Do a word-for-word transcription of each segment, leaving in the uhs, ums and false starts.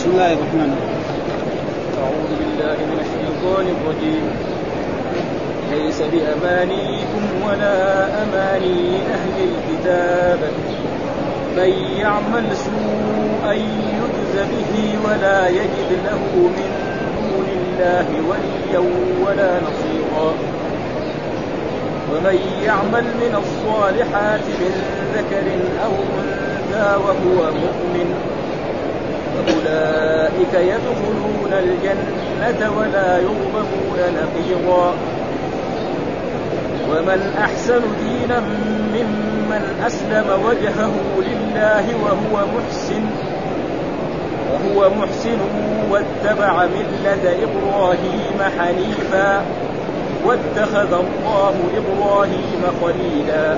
بسم الله الرحمن الرحيم. أعوذ بالله من الشيطان الرجيم. ليس بأمانيكم ولا أماني أهل الكتاب من يعمل سوءا يجز به ولا يجد له من دون الله وليا ولا نصيرا ومن يعمل من الصالحات من ذكر أو أنثى وهو مؤمن فأولئك يدخلون الجنة ولا يظلمون نقيرا ومن أحسن دينا ممن أسلم وجهه لله وهو محسن وهو محسن واتبع ملة إبراهيم حنيفا واتخذ الله إبراهيم خليلا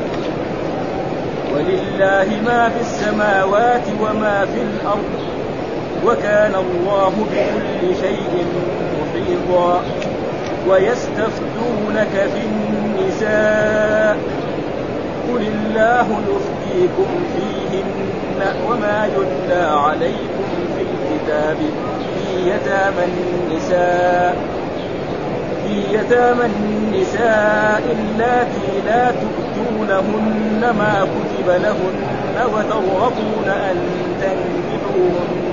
ولله ما في السماوات وما في الأرض وكان الله بكل شيء محيطا ويستفتونك في النساء قل الله يفتيكم فيهن وما يتلى عليكم في الكتاب في يتامى النساء في يتامى النساء اللاتي لا تؤتونهن ما كتب لهن وترغبون أن تنكحوهن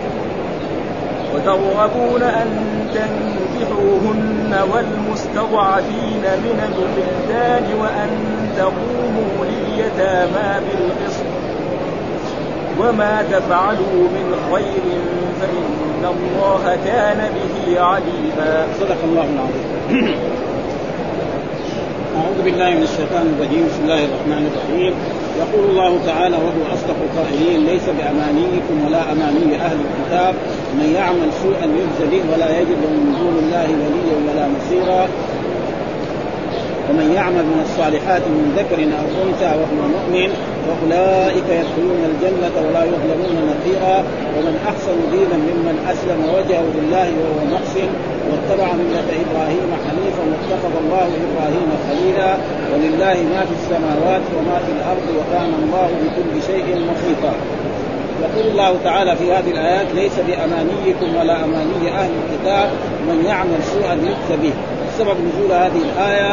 وترغبون أن تنكحوهن والمستضعفين من الولدان وأن تقوموا لليتامى بالقسط وما تفعلوا من خير فإن الله كان به عليما. صدق الله العظيم. أعوذ بالله من الشيطان الرجيم. بسم الله الرحمن الرحيم. يقول الله تعالى وهو أصدق القائلين ليس بأمانيكم ولا أماني أهل الكتاب من يعمل سوءا يجز به ولا يجد من دون الله وليا ولا نصيرا ومن يعمل من الصالحات من ذكر أو أنثى وهو مؤمن فأولئك يدخلون الجنة ولا يظلمون نقيرا ومن أحسن دينا ممن أسلم وجهه لله وهو محسن واتبع ملة إبراهيم حنيفا واتخذ الله إبراهيم خليلا ولله ما في السماوات وما في الأرض وكان الله بكل شيء محيطا. يقول الله تعالى في هذه الآيات ليس بأمانيكم ولا أماني أهل الكتاب من يعمل سوءا يجز به. سبب نزول هذه الآية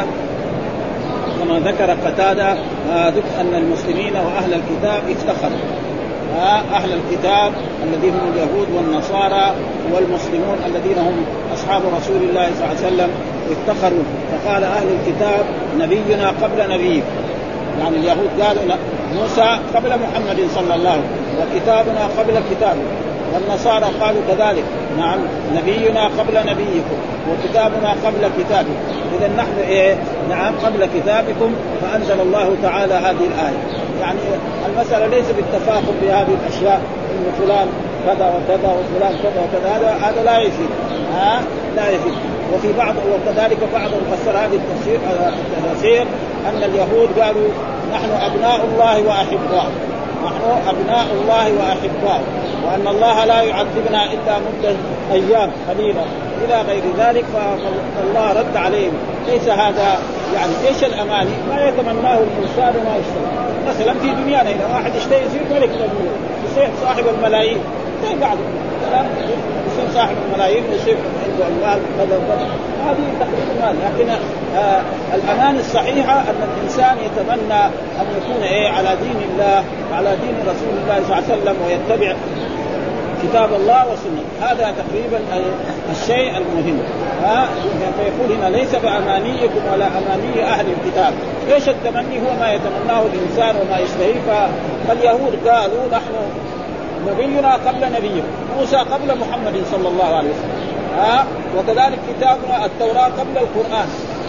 كما ذكر قتادة أن المسلمين وأهل الكتاب افتخروا. أهل الكتاب الذين هم اليهود والنصارى والمسلمون الذين هم أصحاب رسول الله صلى الله عليه وسلم افتخروا فقال أهل الكتاب نبينا قبل نبيكم. يعني اليهود قالوا موسى قبل محمد صلى الله عليه وسلم وكتابنا قبل كتابه والنصارى قالوا كذلك نعم نبينا قبل نبيكم وكتابنا قبل كتابكم إذا نحن إيه نعم قبل كتابكم. فأنزل الله تعالى هذه الآية. يعني المسألة ليس بالتفاخر بهذه الأشياء إن فلان كذا وكذا وفلان كذا وكذا هذا هذا لا يفيد ها لا يفيد. وفي بعض وكذلك بعضهم فسر هذه التفسير التفسير أن اليهود قالوا نحن أبناء الله وأحباؤه نحن أبناء الله وأحباؤه وأن الله لا يعذبنا إلا مدة أيام قليلة إلى غير ذلك. فالله رد عليهم ليس هذا يعني إيش الأماني ما يتمناه الإنسان وما يشتهي. مثلا في دنيانا هنا واحد يشتهي يصير ملك الملوك يصير صاحب الملايين زي بعض يصير صاحب الملايين يصير عنده المال كذا وكذا هذه تقريبا مال. لكن آه الأمان الصحيحة أن الإنسان يتمنى أن يكون إيه على دين الله على دين رسول الله صلى الله عليه وسلم ويتبع كتاب الله وسنة. هذا تقريبا الشيء المهم. ها فيقول هنا ليس بأمانيكم ولا أماني أهل الكتاب. إيش التمني؟ هو ما يتمناه الإنسان وما يشتهيه. فاليهود قالوا نحن نبينا قبل نبيكم موسى قبل محمد صلى الله عليه وسلم ها وكذلك كتابنا التوراة قبل القرآن.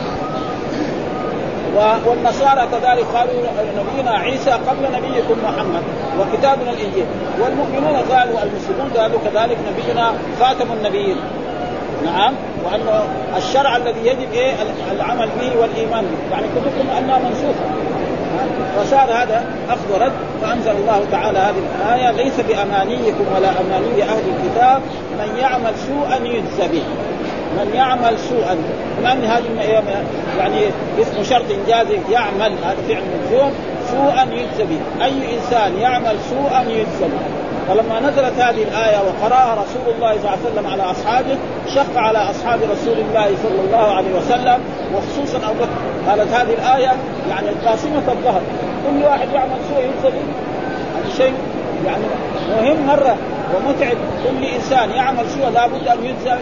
والنصارى كذلك قالوا نبينا عيسى قبل نبيكم محمد وكتابنا الإنجيل. والمؤمنون قالوا المسلمون قالوا كذلك نبينا خاتم النبيين نعم وأن الشرع الذي يجب إيه العمل به والإيمان به يعني كتبكم أنها منسوخة. فصار هذا أخذ رد. فأنزل الله تعالى هذه الآية ليس بأمانيكم ولا أماني أهل الكتاب من يعمل سوءا يجز به. من يعمل سوءا من هذه يعني اسم شرط جازم يعمل هذا فعل مجزوم سوءا يجز به. أي إنسان يعمل سوءا يجز به فلما نزلت هذه الآية وقرأها رسول الله صلى الله عليه وسلم على أصحابه شق على أصحاب رسول الله صلى الله عليه وسلم وخصوصا أبو بكر. قالت هذه الآية يعني قاصمة الظهر، كل واحد يعمل سوء ينزل. هذا شيء يعني مهم مرة ومتعب، كل إنسان يعمل سوء لا بد أن ينزل.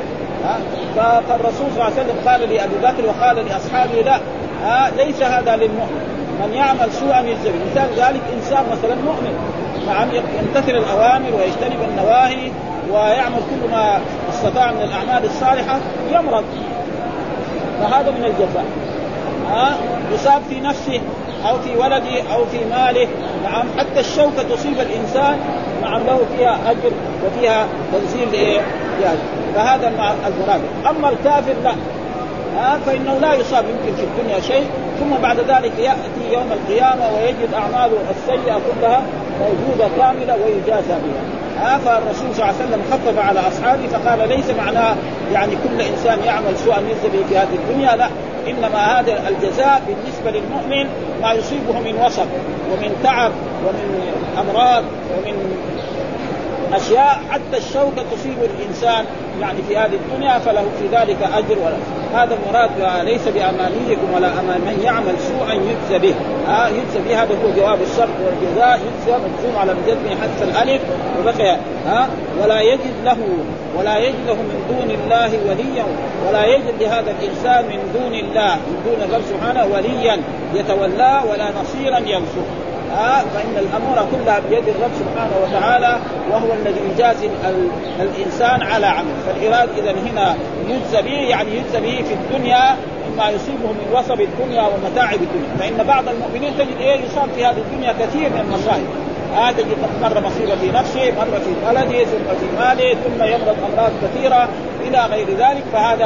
فالرسول صلى الله عليه وسلم قال لأبي بكر وقال لأصحابه لا، ها ليس هذا للمؤمن، من يعمل سوءا يجزى. مثال ذلك إنسان مثلا مؤمن نعم يمتثل الأوامر ويجتنب النواهي ويعمل كل ما استطاع من الأعمال الصالحة، يمرض فهذا من الجزاء، ها يصاب في نفسه أو في ولده أو في ماله، نعم حتى الشوكة تصيب الإنسان نعم له فيها أجر وفيها تنزيل إيه يعني. فهذا المراد. أما الكافر لا، ها فإنه لا يصاب يمكن في الدنيا شيء، ثم بعد ذلك يأتي يوم القيامة ويجد أعماله السيئة كلها موجودة كاملة ويجازى بها. ها فالرسول صلى الله عليه وسلم خفف على أصحابه فقال ليس معناه يعني كل إنسان يعمل سوءا يجزى به في هذه الدنيا، لا، إنما هذا الجزاء بالنسبة للمؤمن ما يصيبه من وصف ومن تعب ومن أمراض ومن أشياء حتى الشوكة تصيب الإنسان يعني في هذه الدنيا فله في ذلك أجر. ولا هذا المراد ليس بأمانيكم ولا أمان من يعمل سوءا يجزى به. آه يجزى به هذا هو جواب الشرط، والجزاء يجزى مجزوم على الجزم حذف الألف وبقي ها ولا يجد له ولا يجد له من دون الله وليا، ولا يجد لهذا الإنسان من دون الله من دون الله سبحانه وليا يتولاه ولا نصيرا ينصره. آه فإن الأمور كلها بيد الرب سبحانه وتعالى، وهو الذي يجازي الإنسان على عمل. فالإراد إذن هنا يجزى به يعني يجزى به في الدنيا مما يصيبه من وصب الدنيا ومتاعب الدنيا. فإن بعض المؤمنين تجد إيه يصاب في هذه الدنيا كثير من المصائب، آه تجد مرة مصيبة في نفسه، مرة في بلده، ثم في ماله، ثم يمرض أمراض كثيرة إلى غير ذلك، فهذا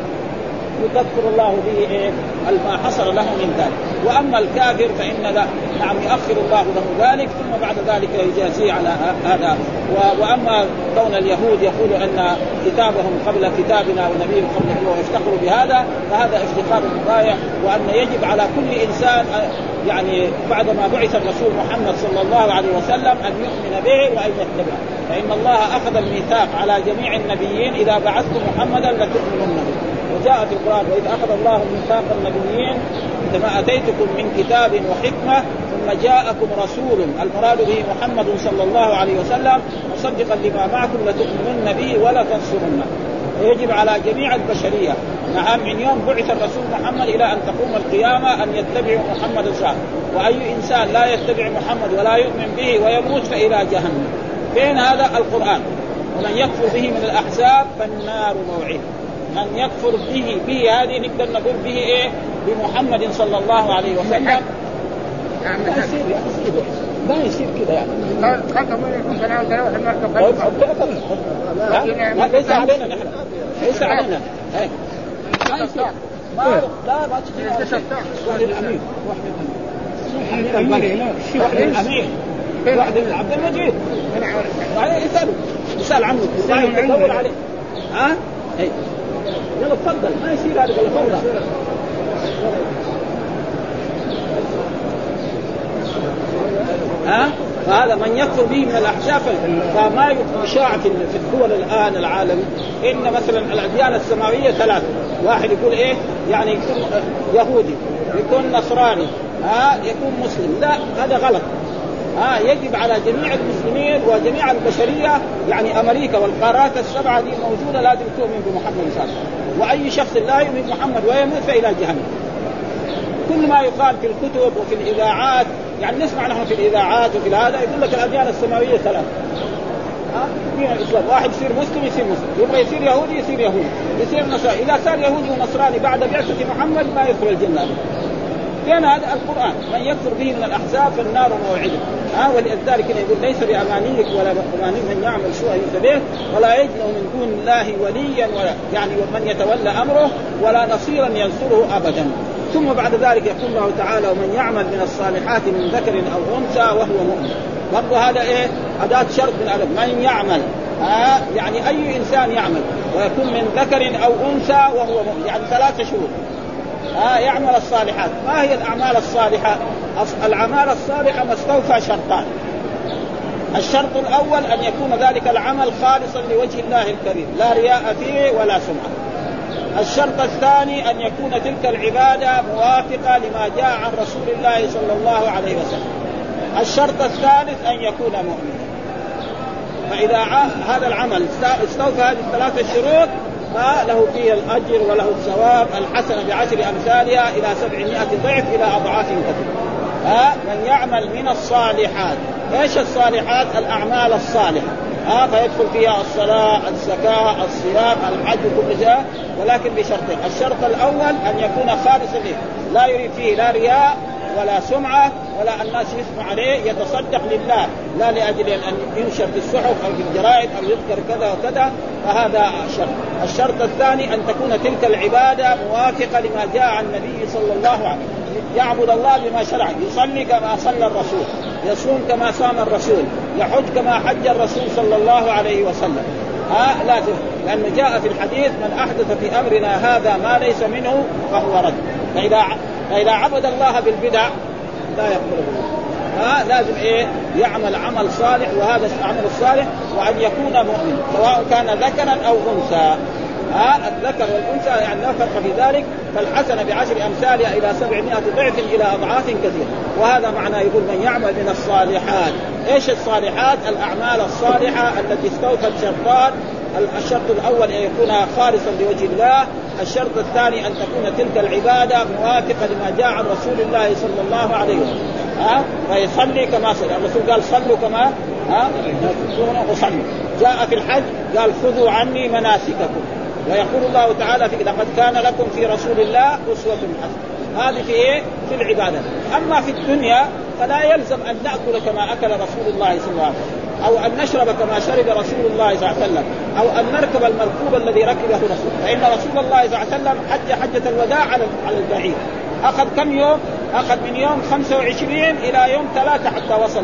يكفر الله به إيه ما حصل له من ذلك. وأما الكافر فإن لا نعم يؤخر الله له ذلك ثم بعد ذلك يجازيه على هذا. وأما كون اليهود يقول أن كتابهم قبل كتابنا ونبيهم قبل نبيه ويفتخروا بهذا، فهذا افتخار غاية، وأن يجب على كل إنسان يعني بعدما بعث الرسول محمد صلى الله عليه وسلم أن يؤمن به وأن يتبعه، فإن الله أخذ الميثاق على جميع النبيين إذا بعثتم محمدا لتؤمنن به. وجاء في القرآن وإذ أخذ الله ميثاق النبيين كما أتيتكم من كتاب وحكمة ثم جاءكم رسول المراد به محمد صلى الله عليه وسلم مصدقا لما معكم لتؤمنن به ولا تنصرنه. يجب على جميع البشرية نعم من يوم بعث الرسول محمد إلى أن تقوم القيامة أن يتبعوا محمد صلى الله عليه وسلم، وأي إنسان لا يتبع محمد ولا يؤمن به ويموت فإلى جهنم. بين هذا القرآن ومن يكفر به من الأحزاب فالنار موعده. من يكفر به به هذه نقدر نقول به إيه بمحمد صلى الله عليه وسلم. ما يصير كده، ما يصير كده يعني. لا ليس علينا نحن، ليس علينا. ما لا ما تجي واحد الأمير واحد الأمير واحد الأمير واحد عبد المجيد يعني يسأل يسأل عنه يدور عليه. ها إيه يلا تفضل ما يصير هذا الفوضى. ها فهذا من يكفر به من الأحزاب. فما يشاع في الدول الآن العالم إن مثلا الأديان السماوية ثلاثة، واحد يقول إيه يعني يكون يهودي يكون نصراني ها يكون مسلم، لا هذا غلط. ها يجب على جميع المسلمين وجميع البشرية يعني أمريكا والقارات السبعة دي موجودة لازم تؤمن بمحمد صلى الله عليه وسلم، وأي شخص لا يؤمن بمحمد ويموت فإلى جهنم. كل ما يقال في الكتب وفي الإذاعات يعني نسمع نحن في الإذاعات وفي هذا يقول لك الأديان السماوية ثلاث. ها دين الإسلام واحد يصير مسلم يصير مسلم، يبغى يصير يهودي يصير يهودي، يصير نصراني. إذا صار يهودي ونصراني بعد بعثة محمد ما يدخل الجنة. كان هذا القرآن من يكفر به من الأحزاب فالنار موعده. ها ولذلك يقول ليس بأمانيك ولا بأماني من يعمل سوءا يجزى به ولا يجد من دون الله وليا ولا يعني من يتولى أمره ولا نصيرا ينصره أبدا. ثم بعد ذلك يقول الله تعالى ومن يعمل من الصالحات من ذكر أو أنثى وهو مؤمن. برضو هذا إيه أداة شرط من أدب من يعمل. ها يعني أي إنسان يعمل ويكون من ذكر أو أنثى وهو مؤمن يعني ثلاثة شروط. ها يعمل الصالحات. ما هي الأعمال الصالحة؟ الأعمال الصالحة مستوفى شرطان. الشرط الأول أن يكون ذلك العمل خالصا لوجه الله الكريم لا رياء فيه ولا سمعة. الشرط الثاني أن يكون تلك العبادة موافقة لما جاء عن رسول الله صلى الله عليه وسلم. الشرط الثالث أن يكون مؤمنا. فإذا هذا العمل استوفى هذه الثلاثة الشروط فله فيه الأجر وله الثواب الحسنة بعشر أمثالها إلى سبعمائة ضعف إلى أضعاف كثيرة. ها من يعمل من الصالحات. ايش الصالحات؟ الأعمال الصالحة. ها فيدخل فيها الصلاة، الزكاة، الصيام، الحج، كل شيء، ولكن بشرطين. الشرط الأول أن يكون خالصا فيه لا يريد فيه لا رياء ولا سمعة ولا الناس يسمع عليه، يتصدق لله لا لأجل أن ينشر في الصحف أو في الجرائد أو يذكر كذا وكذا، فهذا شرط. الشرط الثاني أن تكون تلك العبادة موافقة لما جاء عن النبي صلى الله عليه وسلم، يعبد الله بما شرع، يصلي كما صلى الرسول، يصوم كما صام الرسول، يحج كما حج الرسول صلى الله عليه وسلم. ها لازم، لأنه جاء في الحديث من أحدث في أمرنا هذا ما ليس منه فهو رد. فإذا فإذا عبد الله بالبدع لا يقبل الله. ها لازم إيه يعمل عمل صالح، وهذا العمل الصالح وأن يكون مؤمن سواء كان ذكرا أو أنثى. ها الذكر والأنثى يعني لا فرق في ذلك، فالحسنة بعشر أمثالها إلى سبعمائة ضعف إلى أضعاف كثيرة. وهذا معنى يقول من يعمل من الصالحات. إيش الصالحات؟ الأعمال الصالحة التي استوفت شرطان. الشرط الأول أن يكون خالصا لوجه الله. الشرط الثاني أن تكون تلك العبادة موافقة لما جاء عن رسول الله صلى الله عليه وسلم. ها فيصلي كما صلى الرسول، قال صلوا كما ها وصلوا. جاء في الحج قال خذوا عني مناسككم. ويقول الله تعالى في لقد كان لكم في رسول الله أسوة حسنة. هذه في إيه؟ في العبادة. أما في الدنيا فلا يلزم أن نأكل كما أكل رسول الله صلى الله عليه وسلم، أو أن نشرب كما شرب رسول الله صلى الله عليه وسلم، أو أن نركب المركوب الذي ركبه رسول. فإن رسول الله صلى الله عليه وسلم حج حجة الوداع على على البعير، أخذ كم يوم؟ أخذ من يوم خمسة وعشرين إلى يوم ثلاثة حتى وصل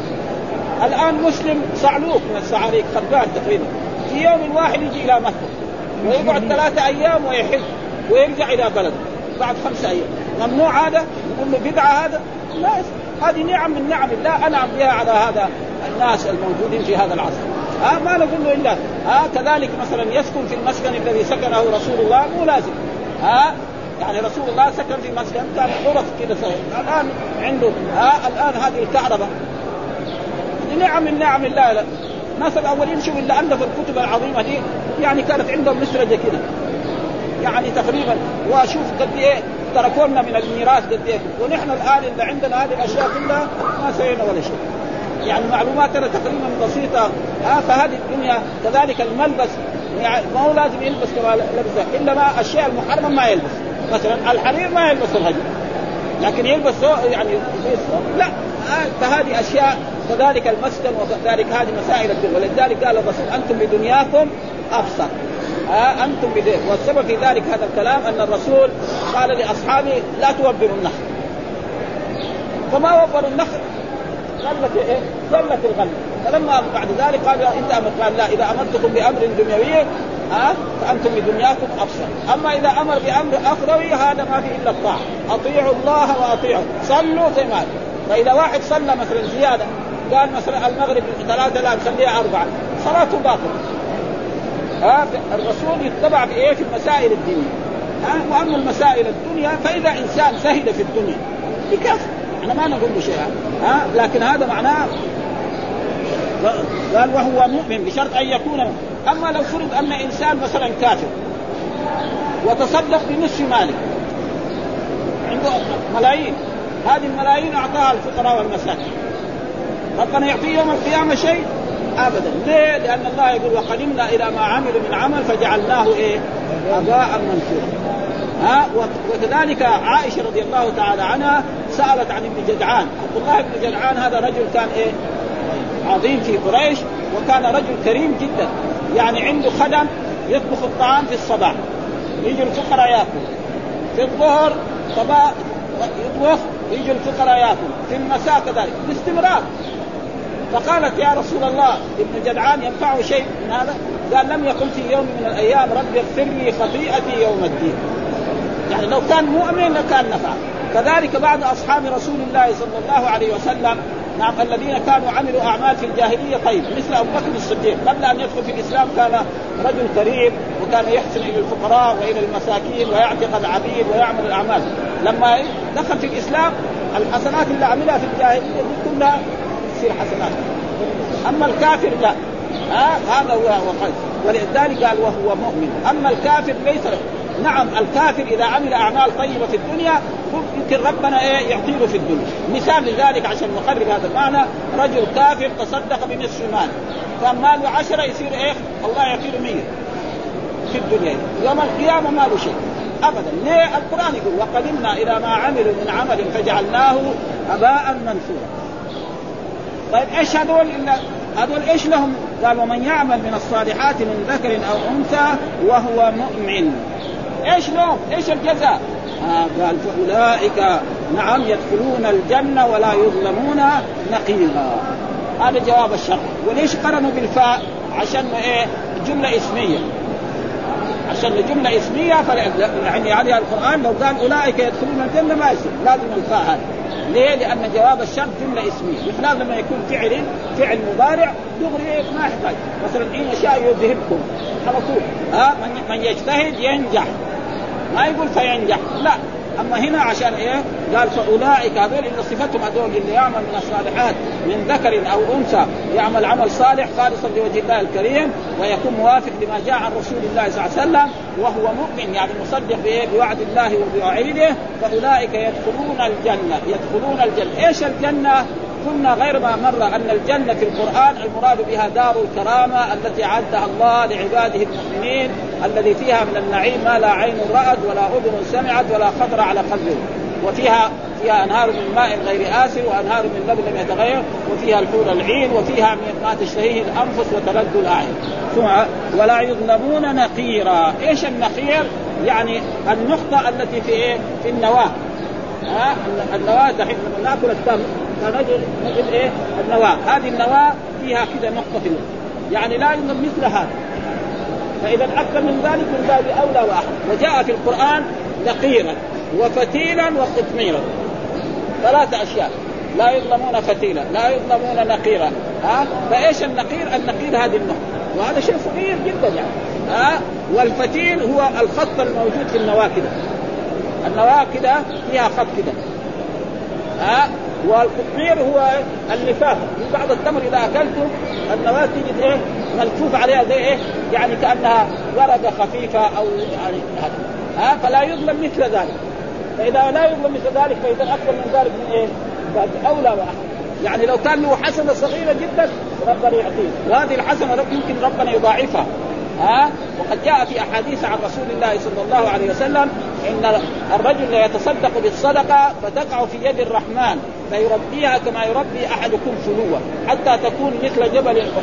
مكة. الآن مسلم صعلوك من الصعاليك خربان تقريبا في يوم واحد يجي إلى مكة ويقعد ثلاثة أيام ويحج ويرجع إلى بلده بعد خمسة أيام. ممنوع هذا؟ يقول له بدعة هذا؟ لا، هذه نعم من نعم الله أنعم بها على هذا الناس الموجودين في هذا العصر. آه ما نقول له إلا آه كذلك مثلا يسكن في المسكن الذي سكنه رسول الله مو لازم. آه يعني رسول الله سكن في مسكن كان غرف كده صغير، الآن عنده آه الآن هذه الكهرباء نعم من نعم الله. لا. الناس الأولين شوف اللي ألفوا الكتب العظيمة دي يعني كانت عندهم مسرجة كده يعني تقريبا، وشوف قد إيه تركونا من الميراث قد إيه، ونحن الآن اللي عندنا هذه الأشياء كلها ما سوينا ولا شيء. يعني معلوماتنا تقريبا بسيطة. آه فهذه الدنيا كذلك الملبس يعني ما هو لازم يلبس كما لبسه، إلا ما الشيء المحرم ما يلبس. مثلا الحرير ما يلبس الرجل، لكن يلبس يعني لا. آه فهذه أشياء. كذلك المسكن وكذلك هذه مسائل الدنيا. ولذلك قال الرسول أنتم بدنياكم أبصر. آه أنتم بدنيا. والسبب في ذلك هذا الكلام أن الرسول قال لأصحابه لا توبروا النخل، فما وبروا النخل قلت إيه؟ قلت الغنم. فلما بعد ذلك قال أنت أمر، قال لا، إذا أمرتكم بأمر دنيوي آه فأنتم بدنياكم أبصر، أما إذا أمر بأمر أخروي هذا ما في إلا الطاعة. أطيعوا الله وأطيعوا، صلوا زي ما. فإذا واحد صلى مثلا زيادة قال مثلا المغرب ثلاثة لا نخليها أربعة، صلاته باطلة. ها الرسول يتبع بإيه؟ في المسائل الدينية. ها وأما المسائل الدنيا فإذا إنسان سهل في الدنيا بكفر احنا ما نقول له شيء. ها لكن هذا معناه قال وهو مؤمن بشرط أن يكون. أما لو فرض أن إنسان مثلا كافر وتصدق بنصف ماله، عنده ملايين، هذه الملايين أعطاها الفقراء والمساكين، ربنا يعطيه يوم القيامة شيء؟ أبدا. ليه؟ لأن الله يقول وقدمنا إلى ما عملوا من عمل فجعلناه إيه؟ هباء منثورا. ها وكذلك عائشة رضي الله تعالى عنها سألت عن ابن جدعان. عبد الله بن جدعان هذا رجل كان إيه؟ عظيم في قريش، وكان رجل كريم جدا، يعني عنده خدم يطبخ الطعام في الصباح، يجي الفقراء يأكل، في الظهر طبعا يطبخ يجي الفقراء يأكل، في المساء كذلك باستمرار. فقالت يا رسول الله ابن جدعان ينفعه شيء من هذا؟ قال لم يقل في يوم من الأيام رب اغفر لي خطيئتي يوم الدين. يعني لو كان مؤمن لكان نفع. كذلك بعض أصحاب رسول الله صلى الله عليه وسلم نعم الذين كانوا عملوا أعمال في الجاهلية طيب مثل أبو بكر الصديق قبل أن يدخل في الإسلام كان رجل كريم وكان يحسن إلى الفقراء وإلى المساكين ويعتق العبيد ويعمل الأعمال. لما دخل في الإسلام الحسنات اللي عملها في الجاهلية كلها تصير حسنات. أما الكافر لا. ها هذا هو وقال ولذلك قال وهو مؤمن. أما الكافر ليس له. نعم الكافر إذا عمل أعمال طيبة في الدنيا يمكن ربنا إيه يعطيه في الدنيا. مثال لذلك عشان نقرب هذا المعنى رجل كافر تصدق بنصف مال فماله عشرة يصير إيه الله يعطيه مية في الدنيا يوم القيامة ما له شيء أبدا. ليه؟ القرآن يقول وقدمنا إلى ما عملوا من عمل فجعلناه هباء منثورا. طيب إيش هذول إلا هذول إيش لهم؟ قال ومن يعمل من الصالحات من ذكر أو أنثى وهو مؤمن إيش لهم؟ إيش الجزاء؟ آه قال فأولئك نعم يدخلون الجنة ولا يظلمون نقيرا. هذا جواب الشرط. وليش قرنوا بالفاء؟ عشان إيه جملة اسمية عشان جملة اسمية يعني عليها القرآن لو قال أولئك يدخلون الجنة ما يصير لازم الفاء هذا. ليه؟ لأن جواب الشرط جملة اسمية بخلاف لما يكون فعل فعل مضارع دغري ما يحتاج. مثلا إن يشاء يذهبكم على طول ها من يجتهد ينجح ما يقول فينجح لا. أما هنا عشان إيه قال فأولئك هذول إن صفتهم هذول اللي يعمل من الصالحات من ذكر أو أنثى يعمل عمل صالح خالصا لوجه الله الكريم ويكون موافق لما جاء عن رسول الله صلى الله عليه وسلم وهو مؤمن يعني مصدق بإيه بوعد الله وبوعيده فأولئك يدخلون الجنة. يدخلون الجنة. إيش الجنة؟ قلنا غير ما مر أن الجنة في القرآن المراد بها دار الكرامة التي أعدها الله لعباده المؤمنين الذي فيها من النعيم ما لا عين رأت ولا أذن سمعت ولا خطر على قلب وفيها فيها أنهار من ماء غير آسر وأنهار من لبن لم يتغير وفيها الحور العين وفيها ما تشتهيه الأنفس وتلذ الأعين ولا يظلمون نقيرا. إيش النقير؟ يعني النقطة التي في إيه؟ في النواة. ها النواة دحين لما ناكل التمر فنجد نجد إيه النواة هذه النواة فيها كذا نقطة في يعني لا يظلم مثل هذا. فإذا أكثر من ذلك من باب أولى وأحد. وجاء في القرآن نقيرا وفتيلا وقطميرا ثلاثة أشياء لا يظلمون فتيلا لا يظلمون نقيرا. ها فإيش النقير؟ النقير هذه النقطة وهذا شيء صغير جدا يعني. ها والفتيل هو الخط الموجود في النواة كده النواة كده فيها خط كده. ها والقطمير هو اللفافة من بعض التمر إذا أكلته النواة تجد إيه ملفوف عليها زي إيه يعني كأنها وردة خفيفة أو يعني هذا. ها فلا يظلم مثل ذلك. فإذا لا يظلم مثل ذلك فإذا أكثر من ذلك من إيه بعد أولى وأحد. يعني لو كان له حسنة صغيرة جدا ربنا يعطيه وهذه الحسنة يمكن ربنا يضاعفها. ها وقد جاء في أحاديث عن رسول الله صلى الله عليه وسلم إن الرجل يتصدق بالصدقة فتقع في يد الرحمن فيربيها كما يربي أحدكم فلوة حتى تكون مثل جبل أحد.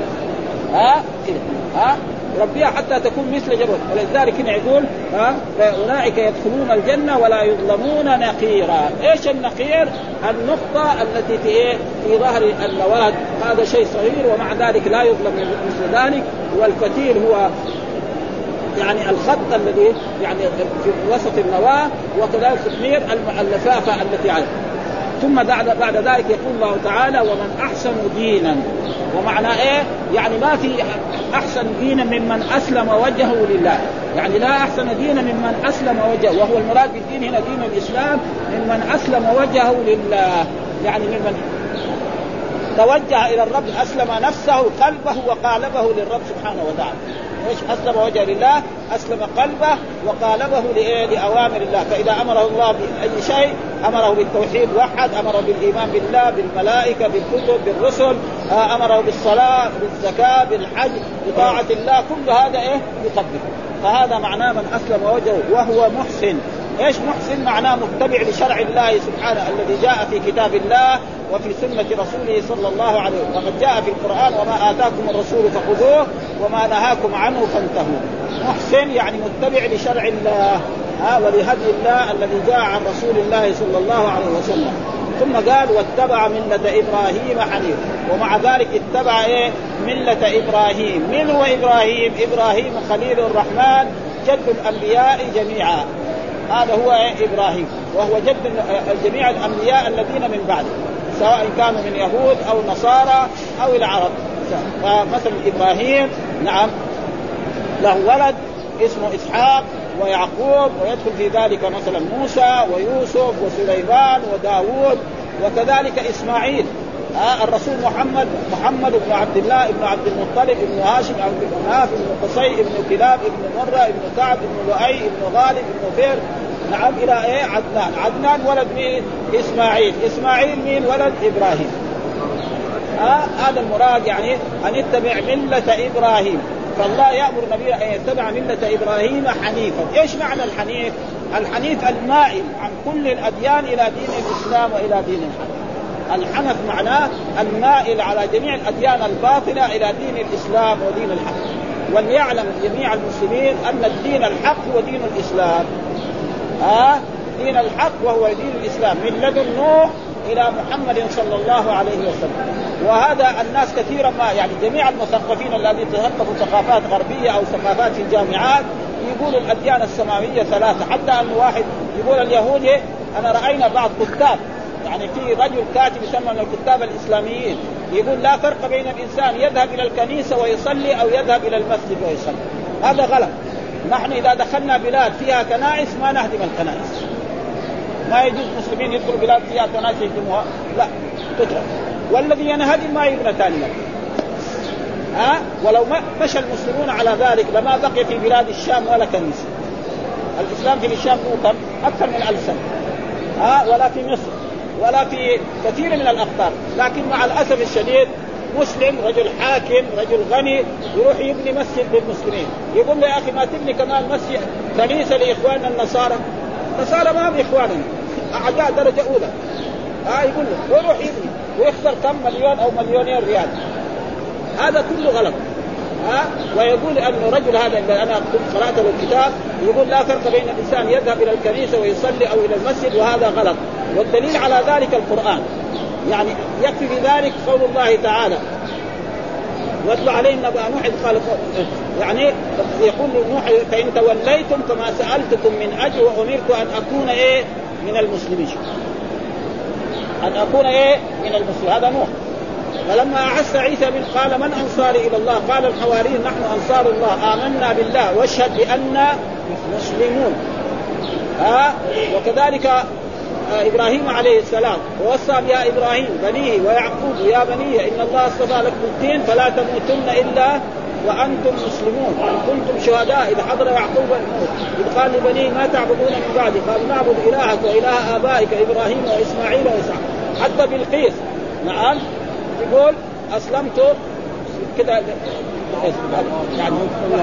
ها كده ها ربيها حتى تكون مثل جبل. ولذلك هنا يقول ها فأولئك يدخلون الجنة ولا يظلمون نقيرا. إيش النقير؟ النقطة التي في إيه في ظهر النواة هذا شيء صغير ومع ذلك لا يظلم مثل ذلك. والفتيل هو يعني الخط الذي يعني في وسط النواة وكذلك القطمير اللفافة التي عليه. ثم بعد بعد ذلك يقول الله تعالى ومن أحسن دينا. ومعنى إيه؟ يعني ما في أحسن دينا ممن أسلم وجهه لله. يعني لا أحسن دينا ممن أسلم وجهه وهو المراد بالدين هنا دين الإسلام ممن أسلم وجهه لله يعني ممن توجه إلى الرب أسلم نفسه قلبه وقالبه للرب سبحانه وتعالى. إيش أسلم وجهه لله؟ أسلم قلبه وقالبه لأوامر الله. فإذا أمره الله بأي شيء أمره بالتوحيد وحد أمره بالإيمان بالله بالملائكة بالكتب بالرسل أمره بالصلاة بالزكاة بالحج بطاعة الله كل هذا إيه يطبق. فهذا معناه من أسلم وجهه وهو محسن. إيش محسن؟ معناه متبع لشرع الله سبحانه الذي جاء في كتاب الله وفي سنة رسوله صلى الله عليه وسلم. وقد جاء في القرآن وما آتاكم الرسول فخذوه وما نهاكم عنه فانتهوا. محسن يعني متبع لشرع الله ها ولهدي الله الذي جاء عن رسول الله صلى الله عليه وسلم. ثم قال واتبع ملة إبراهيم حنيف. ومع ذلك اتبع إيه ملة إبراهيم. من هو إبراهيم؟ إبراهيم خليل الرحمن جد الأنبياء جميعا. هذا هو إبراهيم وهو جد جميع الأنبياء الذين من بعده. سواء كانوا من يهود أو نصارى أو العرب. فمثلا إبراهيم نعم له ولد اسمه إسحاق ويعقوب، ويدخل في ذلك مثلا موسى ويوسف وسليمان وداود، وكذلك إسماعيل. آه الرسول محمد محمد بن عبد الله ابن عبد المطلب ابن هاشم ابن مناف ابن قصي ابن كلاب ابن مرة ابن كعب ابن لؤي ابن غالب ابن فير نعم إلى إيه عدنان. عدنان ولد مين؟ إسماعيل. إسماعيل مين؟ ولد إبراهيم. آه هذا المراد يعني أن يتبع ملة إبراهيم. فالله يأمر النبي أن يتبع ملة إبراهيم حنيفا. إيش معنى الحنيف؟ الحنيف المائل عن كل الأديان إلى دين الإسلام وإلى دين الحق. الحنف معناه المائل على جميع الأديان الباطلة إلى دين الإسلام ودين الحق. وليعلم جميع المسلمين أن الدين الحق هو دين الإسلام. آه دين الحق وهو دين الإسلام من لدن نوح إلى محمد صلى الله عليه وسلم. وهذا الناس كثيرا ما يعني جميع المثقفين الذين تثقفوا ثقافات غربية أو ثقافات في الجامعات يقولوا الأديان السماوية ثلاثة. حتى أن واحد يقول اليهودي أنا رأينا بعض كتاب يعني في رجل كاتب يسمى من الكتاب الإسلاميين يقول لا فرق بين الإنسان يذهب إلى الكنيسة ويصلي أو يذهب إلى المسجد ويصلي. هذا غلط. نحن إذا دخلنا بلاد فيها كنائس ما نهدم الكنائس. ما يجوز مسلمين يدخلوا بلاد فيها كنائس يهدموها، لا تترك. والذي ينهدم ما يبنى ثاني. ها ولو ما مشى المسلمون على ذلك لما بقي في بلاد الشام ولا كنيسة. الإسلام في الشام كم أكثر من ألف سنة. ها ولا في مصر ولا في كثير من الأقطار. لكن مع الأسف الشديد مسلم رجل حاكم رجل غني يروح يبني مسجد للمسلمين، يقول له يا أخي ما تبني كمان مسجد كنيسة لإخواننا النصارى. النصارى ما هم إخواننا، أعداء درجة أولى. ها يقول له ويروح يبني ويخسر كم مليون أو مليونين ريال. هذا كله غلط. ها ويقول أن الرجل هذا اللي أنا كنت قرأت له الكتاب يقول لا فرق بين الإنسان يذهب إلى الكنيسة ويصلي أو إلى المسجد، وهذا غلط. والدليل على ذلك القرآن. يعني يكفي بذلك قول الله تعالى واتل عليهم نبأ نوح قال يعني يقول نوح فإن توليتم فما سألتكم من أجر وأمرت أن أكون إيه من المسلمين. أن أكون إيه من المسلمين. هذا نوح. فلما أحس عيسى من قال من أنصاري إلى الله قال الحواريون نحن أنصار الله آمنا بالله واشهد بأننا مسلمون. ها وكذلك إبراهيم عليه السلام ووصى يا إبراهيم بنيه ويعقوب يا بني إن الله اصطفى لكم الدين فلا تموتن إلا وأنتم مسلمون أن كنتم شهداء إذا حضر يعقوب الموت إذ قال لبنيه ما تعبدون من بعدي قال نعبد إلهك وإله آبائك إبراهيم وإسماعيل وإسحاق. حتى بالقيس نعم يقول أسلمت كذا يعني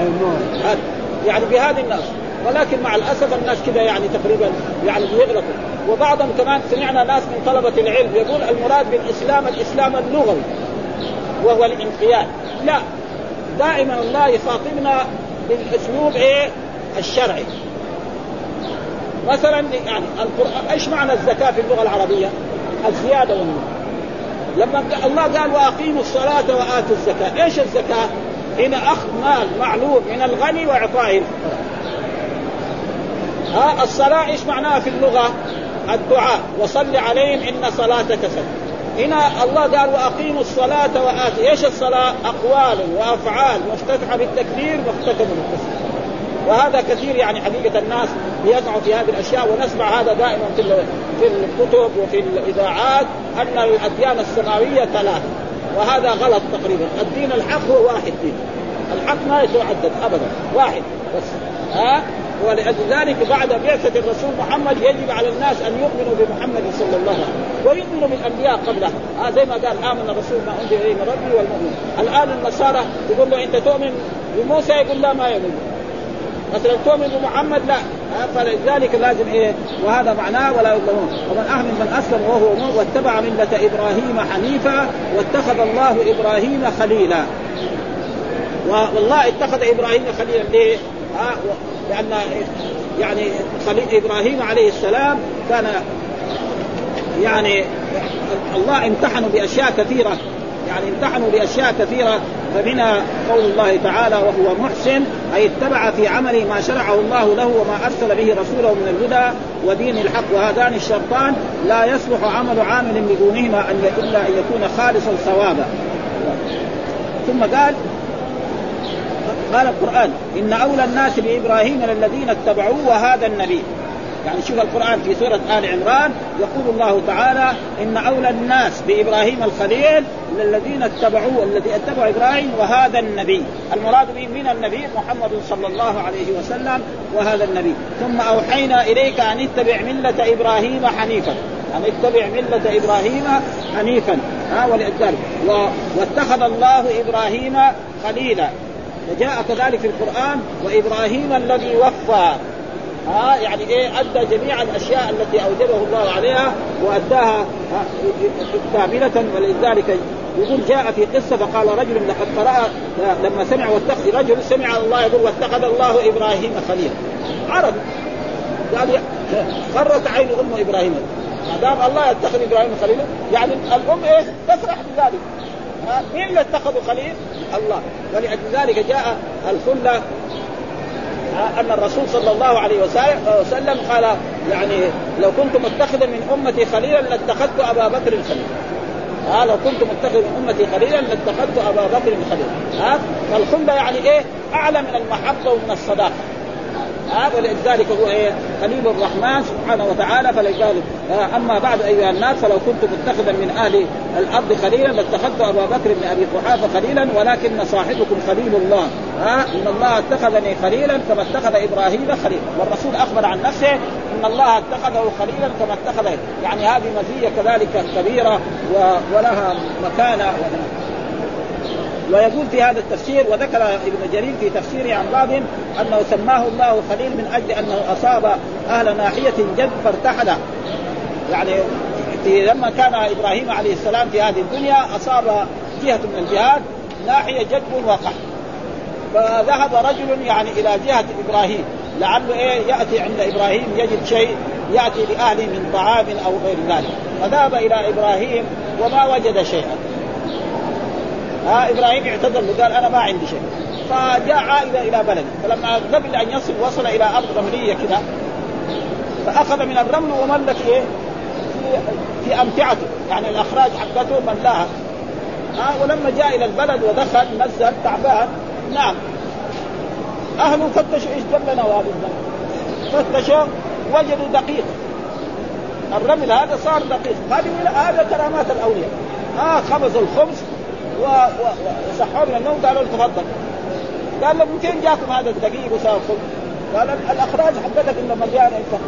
يعني بهذه الناس. ولكن مع الأسف الناس كذا يعني تقريبا يعني بيغلطوا. وبعضهم كمان سمعنا ناس من طلبة العلم يقول المراد بالإسلام الإسلام اللغوي وهو الانقياد. لا، دائما الله يخاطبنا بالأسلوب إيه الشرعي. مثلا يعني القرآن إيش معنى الزكاة في اللغة العربية؟ الزيادة والنقص. لما الله قال وأقيموا الصلاة وآتوا الزكاة، إيش الزكاة؟ هنا أخذ مال معلوم من الغني وإعطائه الفقراء. ها الصلاة إيش معناها في اللغة؟ الدعاء وصل عليهم إن صلاتك سكن. هنا الله قال وأقيموا الصلاة وآتوا. إيش الصلاة؟ أقوال وأفعال مفتتحة بالتكبير مختتمة بالتسليم. وهذا كثير يعني حقيقة الناس يقعوا في هذه الأشياء، ونسمع هذا دائما في في الكتب وفي الإذاعات أن الأديان السماوية ثلاثة، وهذا غلط تقريبا. الدين الحق هو واحد دين، الحق ما يتعدد أبدا، واحد بس. ها ولذلك بعد بعثة الرسول محمد يجب على الناس أن يؤمنوا بمحمد صلى الله عليه وسلم ويؤمنوا بالأنبياء قبله. ها زي ما قال آمن الرسول ما أنزل إليه من ربي والمؤمنون. الآن النصارى يقول له أنت تؤمن بموسى، يقول لا ما يؤمن. مثلا تؤمن بمحمد لا. فلذلك لازم إيه، وهذا معناه ولا يظلمون. ومن أحمد من أسلم وهو مؤمن واتبع ملة إبراهيم حنيفا واتخذ الله إبراهيم خليلا. والله اتخذ إبراهيم خليلا ليه؟ ها لأن يعني خليل إبراهيم عليه السلام كان يعني الله امتحنوا بأشياء كثيرة، يعني امتحنوا بأشياء كثيرة فمنها قول الله تعالى وهو محسن أي اتبع في عمله ما شرعه الله له وما أرسل به رسوله من الهدى ودين الحق، وهذان الشرطان لا يصلح عمل عامل بدونهما أن إلا أن يكون خالصا صوابا. ثم قال قال القرآن إن أولى الناس بإبراهيم للذين اتبعوه وهذا النبي. يعني شوف القرآن في سورة آل عمران يقول الله تعالى إن أولى الناس بإبراهيم الخليل للذين اتبعوه الذي اتبعوا إبراهيم وهذا النبي. المراد به من النبي محمد صلى الله عليه وسلم وهذا النبي. ثم أوحينا إليك أن اتبع ملة إبراهيم حنيفا، أن اتبع ملة إبراهيم حنيفا ها ولذلك واتخذ الله إبراهيم خليلا. وجاء كذلك في القرآن وإبراهيم الذي وفى ها يعني إيه أدى جميع الأشياء التي أوجبه الله عليها وأداها كاملة. ولذلك يقول جاء في قصة فقال رجل لقد قرأ لما سمع واتخذ رجل سمع الله يقول واتخذ الله إبراهيم خليلا. عرب قال قرت عين أم إبراهيم ما دام الله يتخذ إبراهيم خليلا يعني الأم إيه تفرح بذلك. مين اللي اتخذوا خليل؟ الله. ولذلك جاء الخلة أن الرسول صلى الله عليه وسلم قال يعني لو كنت متخذا من أمتي خليلا لاتخذت أبا بكر خليلا. ها لو كنت متخذ من أمتي خليلا لاتخذت أبا بكر خليلا. ها فالخلة يعني إيه أعلى من المحبة ومن الصداقة. ها ولذلك هو إيه خليل الرحمن سبحانه وتعالى. فلذلك أما بعد أيها الناس فلو كنت متخذا من أهل الأرض خليلا لاتخذت أبا بكر بن أبي قحافة خليلا ولكن صاحبكم خليل الله. ها إن الله اتخذني خليلا كما اتخذ إبراهيم خليلا. والرسول أخبر عن نفسه إن الله اتخذه خليلا كما اتخذ. يعني هذه مزية كذلك كبيرة ولها مكانة. ويقول في هذا التفسير وذكر ابن جرير في تفسيره عن بعضهم أنه سماه الله خليل من أجل أنه أصاب أهل ناحية جد فارتحل. يعني في لما كان إبراهيم عليه السلام في هذه الدنيا أصاب جهة من الجهات ناحية جد وقح. فذهب رجل يعني إلى جهة إبراهيم لعله إيه يأتي عند إبراهيم يجد شيء يأتي لأهله من طعام أو غير ذلك. فذهب إلى إبراهيم وما وجد شيئا. ها إبراهيم اعتذر قال أنا ما عندي شيء. فجاء عائلة إلى بلد فلما قبل أن يصل وصل إلى أرض رملية كذا فأخذ من الرمل وملك إيه في, في أمتعته يعني الأخراج حقته ملاها. ها ولما جاء إلى البلد ودخل نزل تعبان نعم أهله فتشوا إيش جبنا وهذا فتشوا وجدوا دقيق الرمل هذا صار دقيق. هذه هذا كرامات الأولياء. آه خبزوا الخبز وصحوا من النوم قالوا تفضل. قال له ممكن جاكم هذا الدقيق وساوي خبز؟ قال الأخراج حقتك إنه مليان إنت.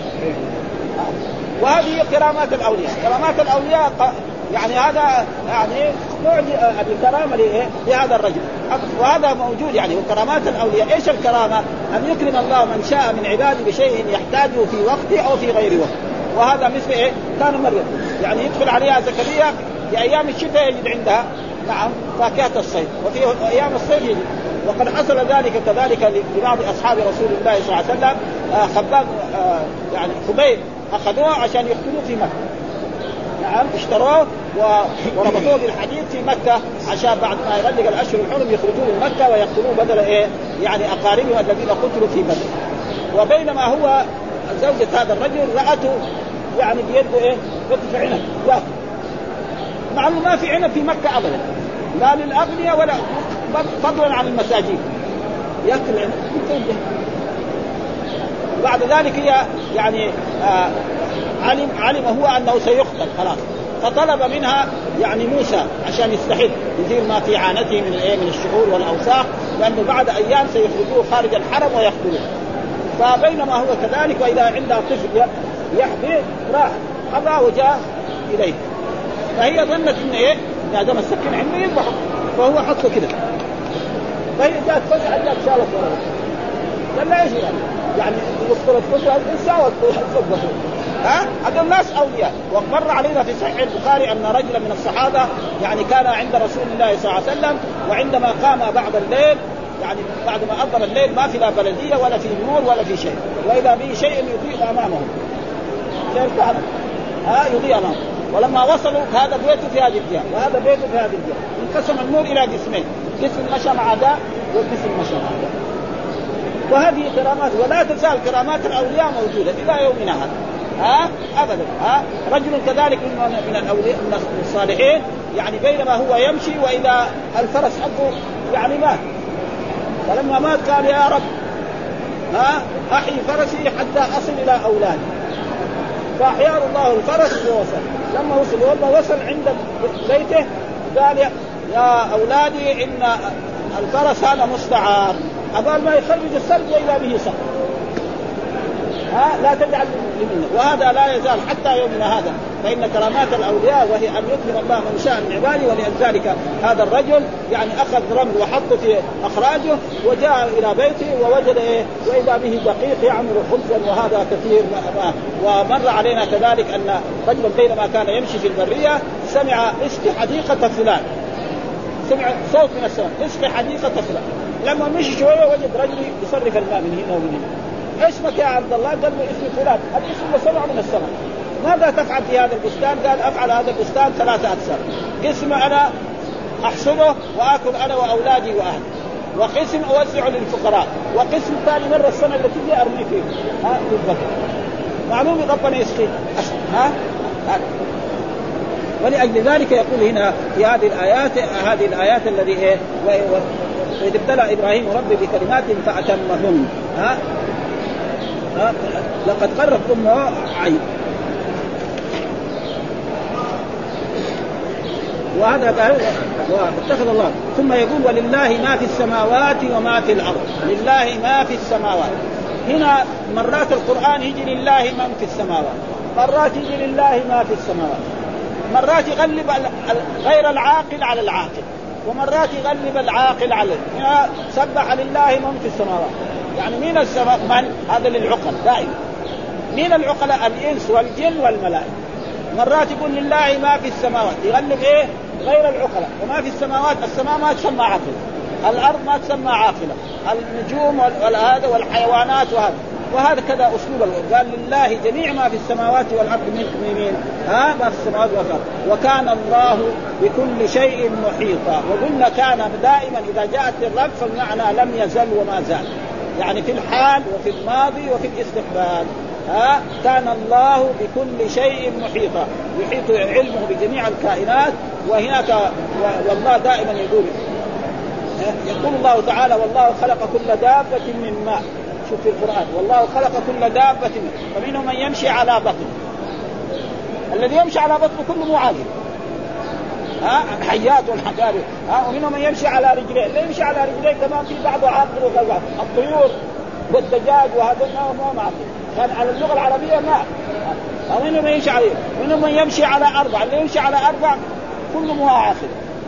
وهذه كرامات الأولياء. كرامات الأولياء يعني هذا يعني نوع الكرامة لهذا الرجل وهذا موجود يعني. وكرامات الأولياء إيش الكرامة؟ أن يكرم الله من شاء من عباده بشيء يحتاجه في وقته أو في غير وقت. وهذا مثل إيه كان مريم يعني يدخل عليها زكريا في أيام الشتاء يجد عندها نعم فاكهة الصيف وفي أيام الصيف يجد. وقد حصل ذلك كذلك لبعض أصحاب رسول الله صلى الله عليه وسلم. آه خباب آه يعني خبيب أخذوه عشان يقتلوه في مكة. نعم اشتروه وربطوه بالحديد في مكة عشان بعد ما يغلق الأشهر الحرم يخرجوه من مكة ويقتلوه بدل إيه يعني أقاربه الذين قتلوا في بدر. وبينما هو زوجة هذا الرجل رأته يعني بيده إيه يدفع عنب يأكل مع أنه ما في عنب في مكة أبدا لا للأغنياء ولا فضلا عن المساجين يأكل عنب. بعد ذلك هي يعني آه علم علم هو أنه سيقتل خلاص فطلب منها يعني موسى عشان يستحل يزيل ما في عانته من الايه من الشعور والاوساخ لانه بعد ايام سيخرجوه خارج الحرم ويقتلوه. فبينما هو كذلك واذا عندها طفل يحبي راح حبى وجاء اليه فهي ظنت ان ايه هذا مسكين عنده يذبحه فهو حطه كده فهي جاءت فجأة جاءت شالت وراه قال لا ايش يعني يعني وصلت فترة ساوت صبته. ها هذا الناس أولياء. ومر علينا في صحيح البخاري أن رجلا من الصحابة يعني كان عند رسول الله صلى الله عليه وسلم وعندما قام بعد الليل يعني بعد ما أظهر الليل ما في لا بلدية ولا في نور ولا في شيء وإذا به شيء يضيء أمامه شيء كهرباء ها يضيء أمامه. ولما وصلوا هذا بيته في هذه الجهة وهذا بيته في هذه الجهة انقسم النور إلى قسمين قسم مشى مع ذا وقسم مشى مع ذا. وهذه كرامات، ولا تزال كرامات الأولياء موجودة إلى يومنا هذا. ها أبدا. ها رجل كذلك من الأولياء من الصالحين يعني بينما هو يمشي وإذا الفرس حقه يعني مات، فلما مات قال يا رب ها أحيي فرسي حتى أصل إلى أولادي، فأحياه الله الفرس ووصل. لما وصل والله وصل عند بيته قال يا أولادي إن الفرس هذا مستعار، أقول ما يخرج السرد وإذا به صح، ها لا تجعل منه. وهذا لا يزال حتى يومنا هذا، فإن كرامات الأولياء وهي أن يكرم الله من شاء من عباده. ولذلك هذا الرجل يعني أخذ رمل وحطه في أخراجه وجاء إلى بيته ووجد إيه وإذا به دقيق يعمل خبزا، وهذا كثير. ومر علينا كذلك أن رجلا بينما كان يمشي في البرية سمع اسقي حديقة فلان، سمع صوت من السماء اسقي حديقة فلان. لما مشي شوية وجد رجل يصرف الماء من هنا ومن هنا. اسمك يا عبد الله؟ قال له اسمي فلان. الاسم سمع من السماء. ماذا تفعل في هذا البستان؟ قال افعل هذا البستان ثلاثة اقسام، قسم انا احصده واكل انا واولادي واهلي، وقسم اوزعه للفقراء، وقسم ثاني مرة السنة التي تجي ارمي فيه ها بالبكر. معلوم ربنا يسقي ها. ولأجل ذلك يقول هنا في هذه الآيات هذه الآيات الذي إيه وإذ ابتلى إبراهيم ربي بكلمات فأتمهن. ها لقد قرت أمه عين. وهذا قال واتخذ الله. ثم يقول ولله ما في السماوات وما في الأرض. لله ما في السماوات. هنا مرات القرآن يجي لله من في السماوات، مرات يجي لله ما في السماوات، مرات يغلب غير العاقل على العاقل، ومرات يغلب العاقل على هنا سبح لله من في السماوات. يعني مين السماء؟ من هذا للعقل دائما. مين العقل؟ الإنس والجن والملائكة. مرات يقول لله ما في السماوات يغلب إيه غير العقل. وما في السماوات، السماء ما تسمى عاقل، الأرض ما تسمى عاقلة، النجوم والهذا والحيوانات وهذا. وهذا كذا أسلوب. قال لله جميع ما في السماوات والأرض من مين؟ ها ما في السماوات والأرض. وكان الله بكل شيء محيطا. وقلنا كان دائما إذا جاءت الرب فالمعنى لم يزل وما زال، يعني في الحال وفي الماضي وفي الاستقبال. ها كان الله بكل شيء محيطا، يحيط علمه بجميع الكائنات. وهناك والله دائما يقول يقول الله تعالى والله خلق كل دابة من ماء. شوف في القرآن والله خلق كل دابة، فمنهم من يمشي على بطن. الذي يمشي على بطن كله معاذب، ها الحيات والحجار. ها ومنهم من يمشي على رجلين. اللي يمشي على رجلين كمان في بعضه عاقل وغير عاقل. الطيور والدجاج وهذا ما ما عاقل. كان على اللغة العربية ما. ومنهم من يمشي عليه، ومنهم من يمشي على أربع. اللي يمشي على أربع كله مو عاقل.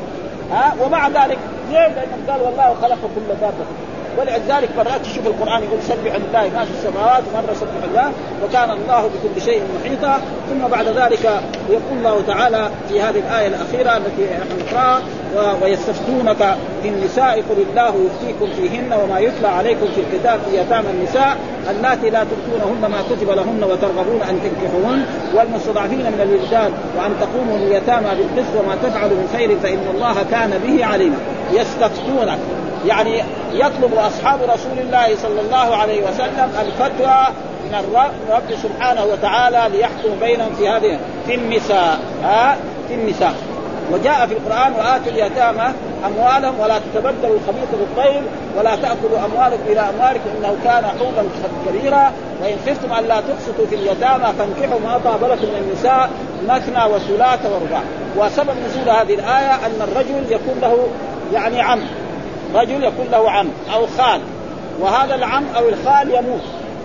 ها ومع ذلك ليه؟ لأنه قال والله خلق كل دابة. ولذلك مرات تشوف القرآن يقول سبح لله ما في السماوات، ومرة سبح الله وكان الله بكل شيء محيطا. ثم بعد ذلك يقول الله تعالى في هذه الآية الأخيرة التي نقرأها ويستفتونك في النساء قل الله يفتيكم فيهن وما يتلى عليكم في الكتاب في يتامى النساء اللاتي لا تؤتونهن ما كتب لهن وترغبون أن تنكحوهن والمستضعفين من الولدان وأن تقوموا لليتامى بالقسط وما تفعلوا من خير فإن الله كان به عليما. يستفتونك يعني يطلب أصحاب رسول الله صلى الله عليه وسلم الفتوى من الرب سبحانه وتعالى ليحكم بينهم في هذه في النساء. ها في النساء. وجاء في القرآن وآتوا اليتامى أموالهم ولا تتبدلوا الخبيث بالطيب ولا تأكلوا أموالكم إلى أموالكم إنه كان حولا كبيرا وإن خفتم أن لا تقسطوا في اليتامى فانكحوا ما طاب لكم من النساء مثنى وثلاث ورباع. وسبب نزول هذه الآية أن الرجل يكون له يعني عم، رجل يكون له عم أو خال، وهذا العم أو الخال يموت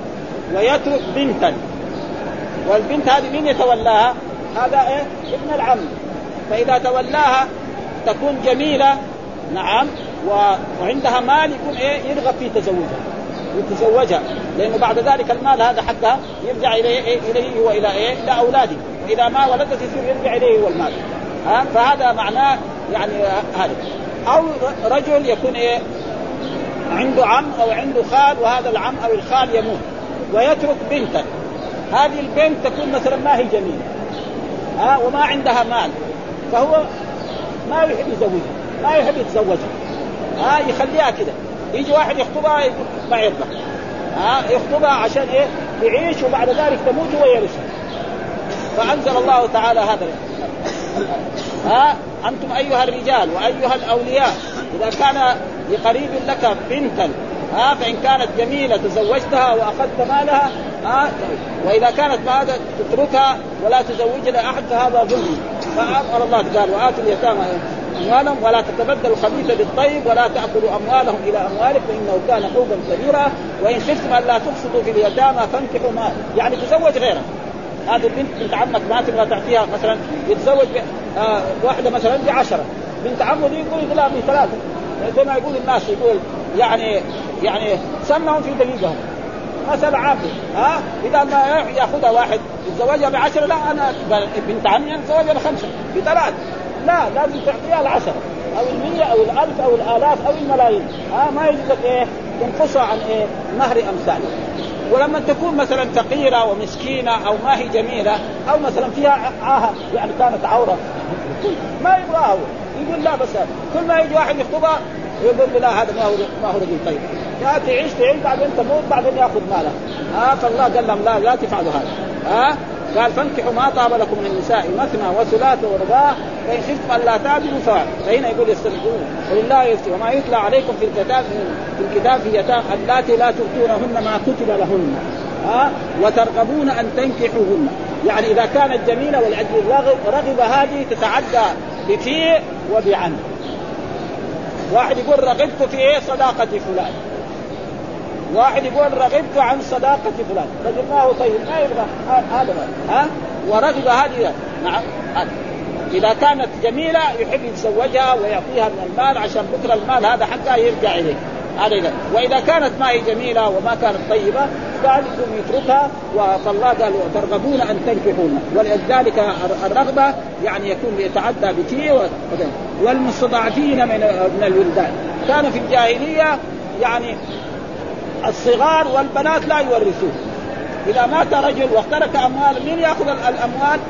ويترك بنتا، والبنت هذه مين يتولاها؟ هذا إيه؟ ابن العم. فإذا تولاها تكون جميلة نعم وعندها مال يكون إيه يرغب في تزوجها يتزوجها، لأنه بعد ذلك المال هذا حقها يرجع إليه إيه؟ إليه وإلى إيه؟ إلى أولاده، وإذا ما ولدت يصير يرجع إليه والمال. ها فهذا معناه يعني هذا. أو رجل يكون إيه عنده عم أو عنده خال وهذا العم أو الخال يموت ويترك بنتا، هذه البنت تكون مثلا ما هي جميلة ها وما عندها مال، فهو ما يحب يزوجها ما يحب يتزوجها ها يخليها كده. يجي واحد يخطبها ما يرضى، ها يخطبها عشان ايه؟ يعيش وبعد ذلك تموت ويرثها. فأنزل الله تعالى هذا ها أنتم أيها الرجال وأيها الأولياء إذا كان لقريب لك بنتا ها فإن كانت جميلة تزوجتها وأخذت مالها ها، وإذا كانت ما هذا تتركها ولا تزوج لأحد فهذا ظلم. فأمر الله قال وآتوا اليتامى أموالهم ولا تتبدلوا الخبيث بالطيب ولا تأكلوا أموالهم إلى أموالكم فإنه كان حوبا كبيرا وإن خفتم ألا تقسطوا في اليتامى فانكحوا ما يعني تزوج غيرها. هذه البنت بنت عمك ما تبغى تعطيها مثلا يتزوج آه واحدة مثلا بعشرة، بنت عمه دي يقول لا بثلاثة، زي ما يقول الناس يقول يعني يعني سمهم في دليلهم مثلا عامل ها إذا ما يأخذها واحد يتزوجها بعشرة لا أنا بنت عمي يتزوجها بخمسة بثلاث، لا لازم تعطيها العشرة أو المية أو الألف أو الآلاف أو الملايين ها ما يجب إيه تنقصها عن إيه مهر أمثاله. ولما تكون مثلا فقيرة ومسكينة أو ما هي جميلة أو مثلا فيها عاهة يعني كانت عورة ما يبغاها يقول لا، بس كل ما يجي واحد يخطبها يقول لا هذا ما هو ما هو رجل طيب، يا تعيش تعيش بعدين تموت بعدين ياخذ مالها ها. فالله قال لهم لا لا تفعلوا هذا ها. قال فانكحوا ما طاب لكم من النساء مثنى وثلاث ورباع فإن خفتم ألا تعدلوا فهنا يقول يستمعون ولله يفتي وما يتلى عليكم في الكتاب في الكتاب في يتام اللاتي لا تؤتونهن ما كتب لهن ها وترغبون أن تنكحوهن. يعني إذا كانت جميلة والأجل رغب هذه تتعدى بفي وبعن. واحد يقول رغبت في إيه صداقة فلان، واحد يقول رغبت عن صداقة فلان رجل ما هو طيب ما يبغى هذا ها ورغب هذه نعم. إذا كانت جميلة يحب يتزوجها ويعطيها من المال عشان بكرة المال هذا حقها يرجع إليه هذا. وإذا كانت ما هي جميلة وما كانت طيبة قال يكون يتركها. فالله قال ترغبون أن تنكحون ولذلك الرغبة يعني يكون يتعدى بتي. والمستضعفين من من الولدان كان في الجاهلية يعني الصغار والبنات لا يورثون. إذا مات رجل واخترك أموال من يأخذ الأموال؟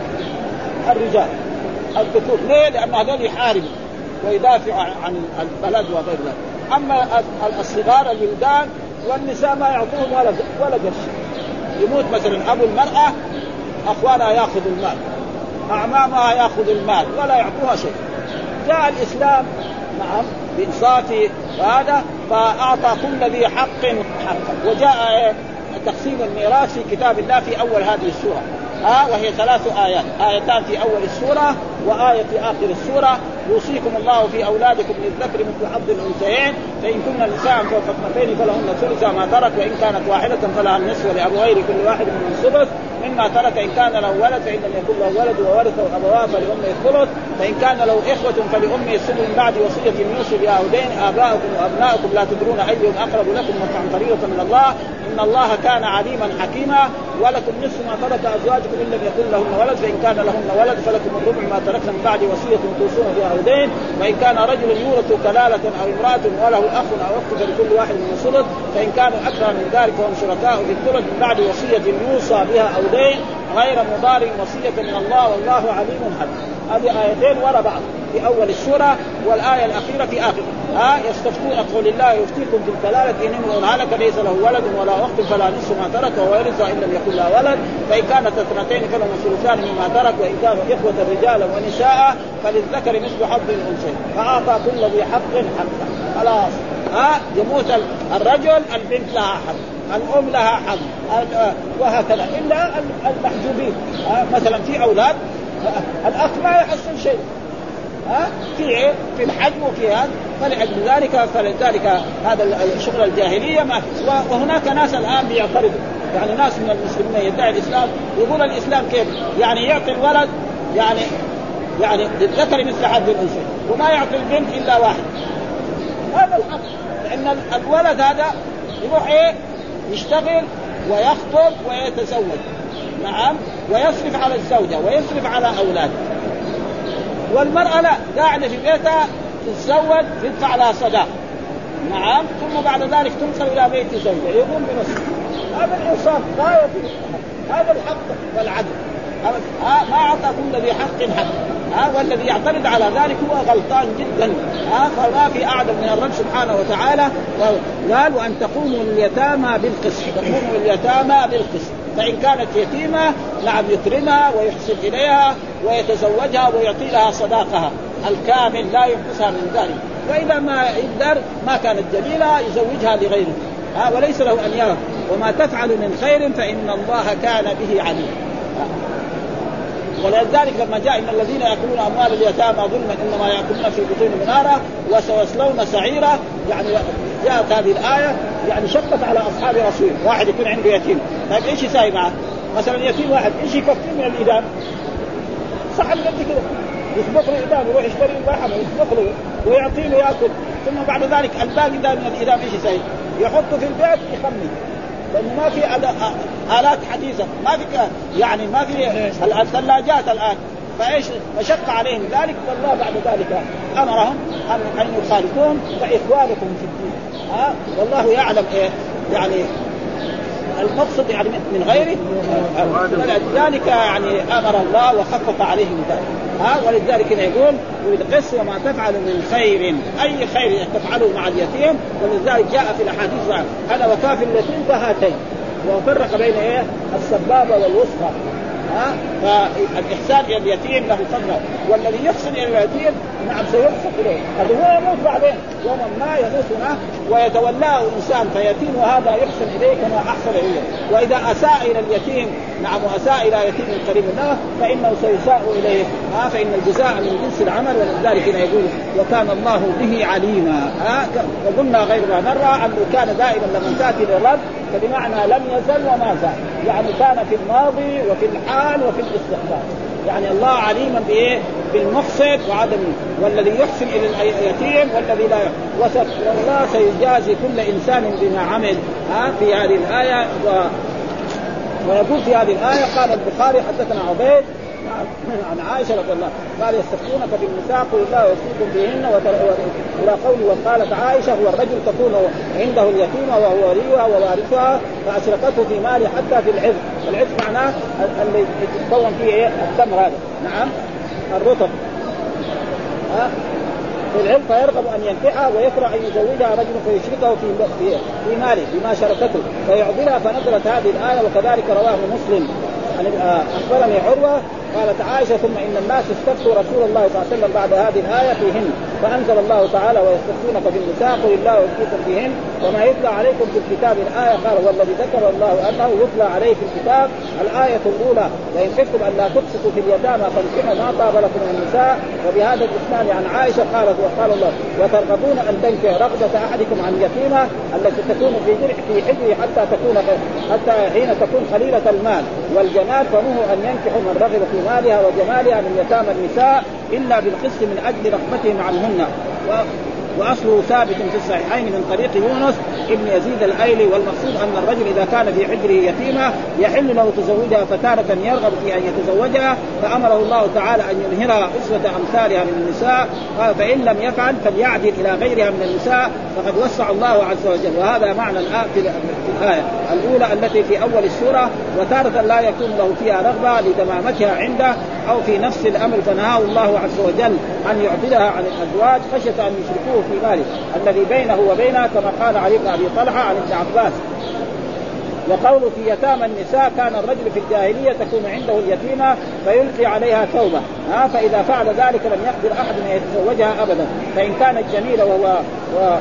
الرجال الذكور. ليه؟ لأن هذول يحاربوا ويدافعوا عن البلد وغير ذلك. أما الصغار الولدان والنساء ما يعطوهم ولا ولا قرش. يموت مثلا أبو المرأة أخوانها يأخذ المال، أعمامها يأخذ المال ولا يعطوها شيء. جاء الإسلام نعم بإنصافه وهذا فأعطى كل ذي حق حقا. وجاء تقسيم الميراث في كتاب الله في أول هذه السورة ها وهي ثلاث آيات، آيتان في أول السورة وآية في آخر السورة. يوصيكم الله في أولادكم للذكر مثل حظ الأنثيين فإن كن نساء فوق اثنتين فلهن ثلث ما ترك وإن كانت واحدة فلها النصف ولأبويه كل واحد من السدس مما ترك إن كان له ولد فإن لم يكن له ولد وورثه أبواه فلأمه الثلث فإن كان له إخوة فلأمه السدس من بعد وصية يوصي بها أودين آباؤكم وأبناؤكم لا تدرون أيهم أقرب لكم نفعا فريضة من الله إن الله كان عليما حكيما. ولكم نصف ما ترك أزواجكم إن لم يكن لهن ولد فإن كان لهن ولد فلكم الربع ما تركن من بعد وصية توصون بها أودين وإن كان رجل يورث كلالة أو امرأة وله أخ أو أخت فلكل واحد من الثلث فإن كانوا أكثر من ذلك فهم شركاء في الثلث من بعد وصية يوصى بها أودين غير مضار وصية من الله والله عليم حكيم. هذه آيتين وراء بعض في أول السورة والآية الأخيرة في آخر ها يستفتون قول الله يفتيكم في الكلالة إن امرؤ هلك ليس له ولد ولا أخت فلا نصف ما ترك وورث إن لم يكن له ولد فإن كانت اثنتين فلهما الثلثان مما ترك وإن كانوا إخوة رجالا ونساء فللذكر مثل حظ الأنثيين فأعطى كل ذي حق حقه. خلاص ها يموت الرجل البنت لها حق الأم لها حق وهكذا إلا المحجوبين مثلا في أولاد الأخ ما يحصل شيء ها في في الحج وفي هذا فلأجل ذلك فلذلك هذا الشغل الجاهلية ما. وهناك ناس الآن بيعترضوا يعني ناس من المسلمين يدعي الإسلام يقول الإسلام كيف يعني يعطي الولد يعني يعني للذكر مثل حظ الأنثيين وما يعطي البنت إلا واحد. هذا الحق لأن الولد هذا يروح إيه يشتغل ويخطب ويتزوج نعم ويصرف على الزوجة ويصرف على أولاده. والمرأة لا قاعدة في بيتها تتزوج تدفع لها صداق نعم ثم بعد ذلك تنقل إلى بيت زوجها يقوم بنصف. هذا الإنصاف غاية هذا الحق والعدل ما أعطى كل ذي حق حق. ها والذي يعترض على ذلك هو غلطان جدا. ها فما في أعدل من الرب سبحانه وتعالى. قال وأن تقوموا اليتامى بالقسط، تقوموا اليتامى بالقسط. فإن كانت يتيمة نعم يكرمها ويحسن إليها ويتزوجها ويعطي لها صداقها الكامل لا ينقصها من ذلك، وإذا ما يقدر ما كانت جميلة يزوجها لغيره، ها وليس له أن يرى. وما تفعل من خير فإن الله كان به عليم. ولذلك لما جاء إن الذين يأكلون أموال اليتامى ظلما إنما يأكلون في بطونهم نارا وسيصلون سعيرا، يعني جاءت هذه الآية يعني شقت على أصحاب رسول. واحد يكون عنده يتيم، طيب إيش يساوي معه؟ مثلا يتيم واحد إيش يكفي من الإدام؟ صح قد كده يسبق له إدام، يروح يشتري اللحم ويسبق له ويعطيه له يأكل، ثم بعد ذلك الباقي ده من الإدام إيش يساوي؟ يحطه في البيت يخمن، لأنه ما في آلات حديثة، ما في يعني ما في الثلاجات الآن، فإيش مشق عليهم ذلك. والله بعد ذلك أمرهم أن أن يخالفون فإخوانكم في الدين. ها والله يعلم إيه يعني المقصد يعني من غيره. ولذلك يعني أمر الله وخفف عليهم ذلك. ها ولذلك يقول والقس وما تفعل من خير، أي خير تفعله مع اليتيم. ولذلك جاء في الأحاديث أنا وكافل اليتيم كهاتين، وفرق بين إيه السبابة والوسطى. ها فالإحسان إلى اليتيم له فضل، والذي يحسن إلى اليتيم نعم سيحسن إليه. هذا هو يموت بعدين يوم ما يموتنا ويتولاه إنسان فيتيم وهذا يحسن إليه كما أحسن إليه. وإذا أساء إلى اليتيم نعم وأساء إلى يتيم قريب له فإنه سيساء إليه. ها فإن الجزاء من جنس العمل. ولذلك يقول وكان الله به عليما. ها وقلنا غير ما مرة أنه كان دائما لما تأتي للرب فبمعنى لم يزل وما زال، يعني كان في الماضي وفي الحال وفي الاستقبال. يعني الله عليما بايه بالمقصد وعدم والذي يحسن الى اليتيم والذي لا يحسن. والله سيجازي كل انسان بما عمل. ها في هذه الايه و... ويقول في هذه الايه قال البخاري حدثنا عبيد عن عائشه رضي الله قال يستفتونك بالنساء قل الله يفتيكم بهن الى قوله وقالت عائشه هو الرجل تكون عنده اليتيمه وهو وليها ووارثها فاشركته في ماله حتى في العذق. العذق معناه اللي يتكون فيه ايه التمر هذا نعم الرطب. ها في العلم فيرغب ان ينكحها ويكره ان يزوجها رجل فيشركه في في, في ماله بما شركته فيعضلها. فنزلت هذه الايه وكذلك رواه مسلم أخبرني عروة قالت عائشة ثم إن الناس استفتوا رسول الله صلى الله عليه وسلم بعد هذه الآية فيهن فأنزل الله تعالى ويستفتونك بالنساء قل الله يفتيكم فيهن وما يتلى عليكم في الكتاب. الآية قال والذي ذكر الله أنه يتلى عليه في الكتاب الآية الأولى وإن خفتم أن لا تقسطوا في اليتامى فانكحوا ما طاب لكم من النساء. وبهذا الإسلام عن عائشة قالت وقال الله وترغبون أن تنكحوا رغبة أحدكم عن يتيمة التي تكون في جرح في حجره حتى تكون حتى حين تكون خليلة المال والجمال فنهوا أن ينكحوا من رغب في مالها وجمالها من يتامى النساء إلا بالقسط من أجل رغبتهم عنهن. وأصله ثابت في الصحيحين من طريق يونس ابن يزيد الأيلي. والمقصود أن الرجل إذا كان في حجره يتيمة يحل له تزوجها فتارة يرغب في أن يتزوجها فأمره الله تعالى أن ينهرها أسوة أمثالها من النساء. قال فإن لم يفعل فليعدل إلى غيرها من النساء فقد وسع الله عز وجل. وهذا معنى في الآية الأولى التي في أول السورة. وتارة لا يكون له فيها رغبة لدمامتها عنده أو في نفس الأمر فنهاه الله عز وجل أن يعدلها عن الأزواج خشية أن يشركوه في ماله الذي بينه وبينها كما قال علي بن أبي طلحة عن ابن عباس. وقوله في يتامى النساء كان الرجل في الجاهلية تكون عنده اليتيمة فيلقي عليها ثوبة ها فإذا فعل ذلك لم يقدر أحد أن يتزوجها أبدا فإن كانت جميلة وهو و...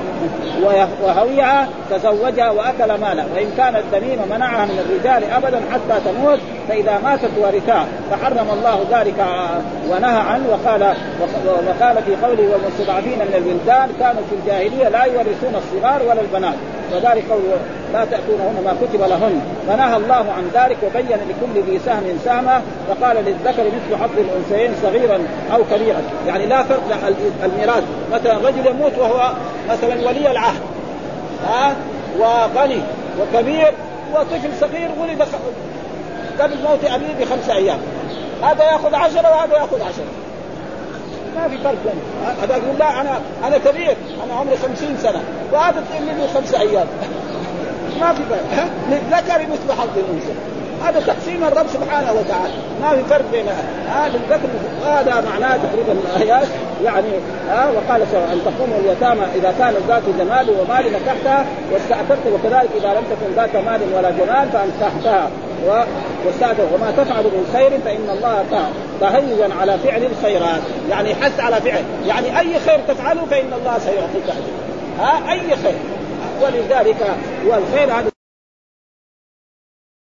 وهويها تزوجها وأكل مالا وإن كانت ذميمة منعها من الرجال أبدا حتى تموت فإذا ماتت ورثاها فحرم الله ذلك ونهى عنه. وقال وقال في قوله والمستضعفين من الولدان كانوا في الجاهلية لا يورثون الصغار ولا البنات وذلك قوله لا تأتونهن ما كتب لهن فنهى الله عن ذلك وبين لكل ذي سهم سهمه فقال للذكر مثل حظ الأنثيين صغيرا أو كبيرا. يعني لا فرق الميراث. مثلا رجل يموت وهو مثلا ولي العهد ها وغني وكبير وطفل صغير ولد قبل موت أبيه بخمسة أيام هذا يأخذ عشرة وهذا يأخذ عشرة ما في فرق بينهم. هذا يقول لا أنا أنا كبير أنا عمري خمسين سنة وهذا تقول لي خمسة أيام ما في فرق. للذكر مثل حظ الأنثى. هذا تقسيم الرب سبحانه وتعالى ما في فرق بين هذا الذكر هذا معناه تقريبا الآيات يعني ها. وقال أن تقوموا اليتامى إذا كانوا ذات جمال ومال نكحتها واستأثرت، وكذلك إذا لم تكن ذات مال ولا جمال فأنكحتها واستأثر، وما تفعل من خير فإن الله تهيئا على فعل الخيرات، يعني حث على فعل، يعني أي خير تفعله فإن الله سيعطيك أجر، ها أي خير. ولذلك والخير هذا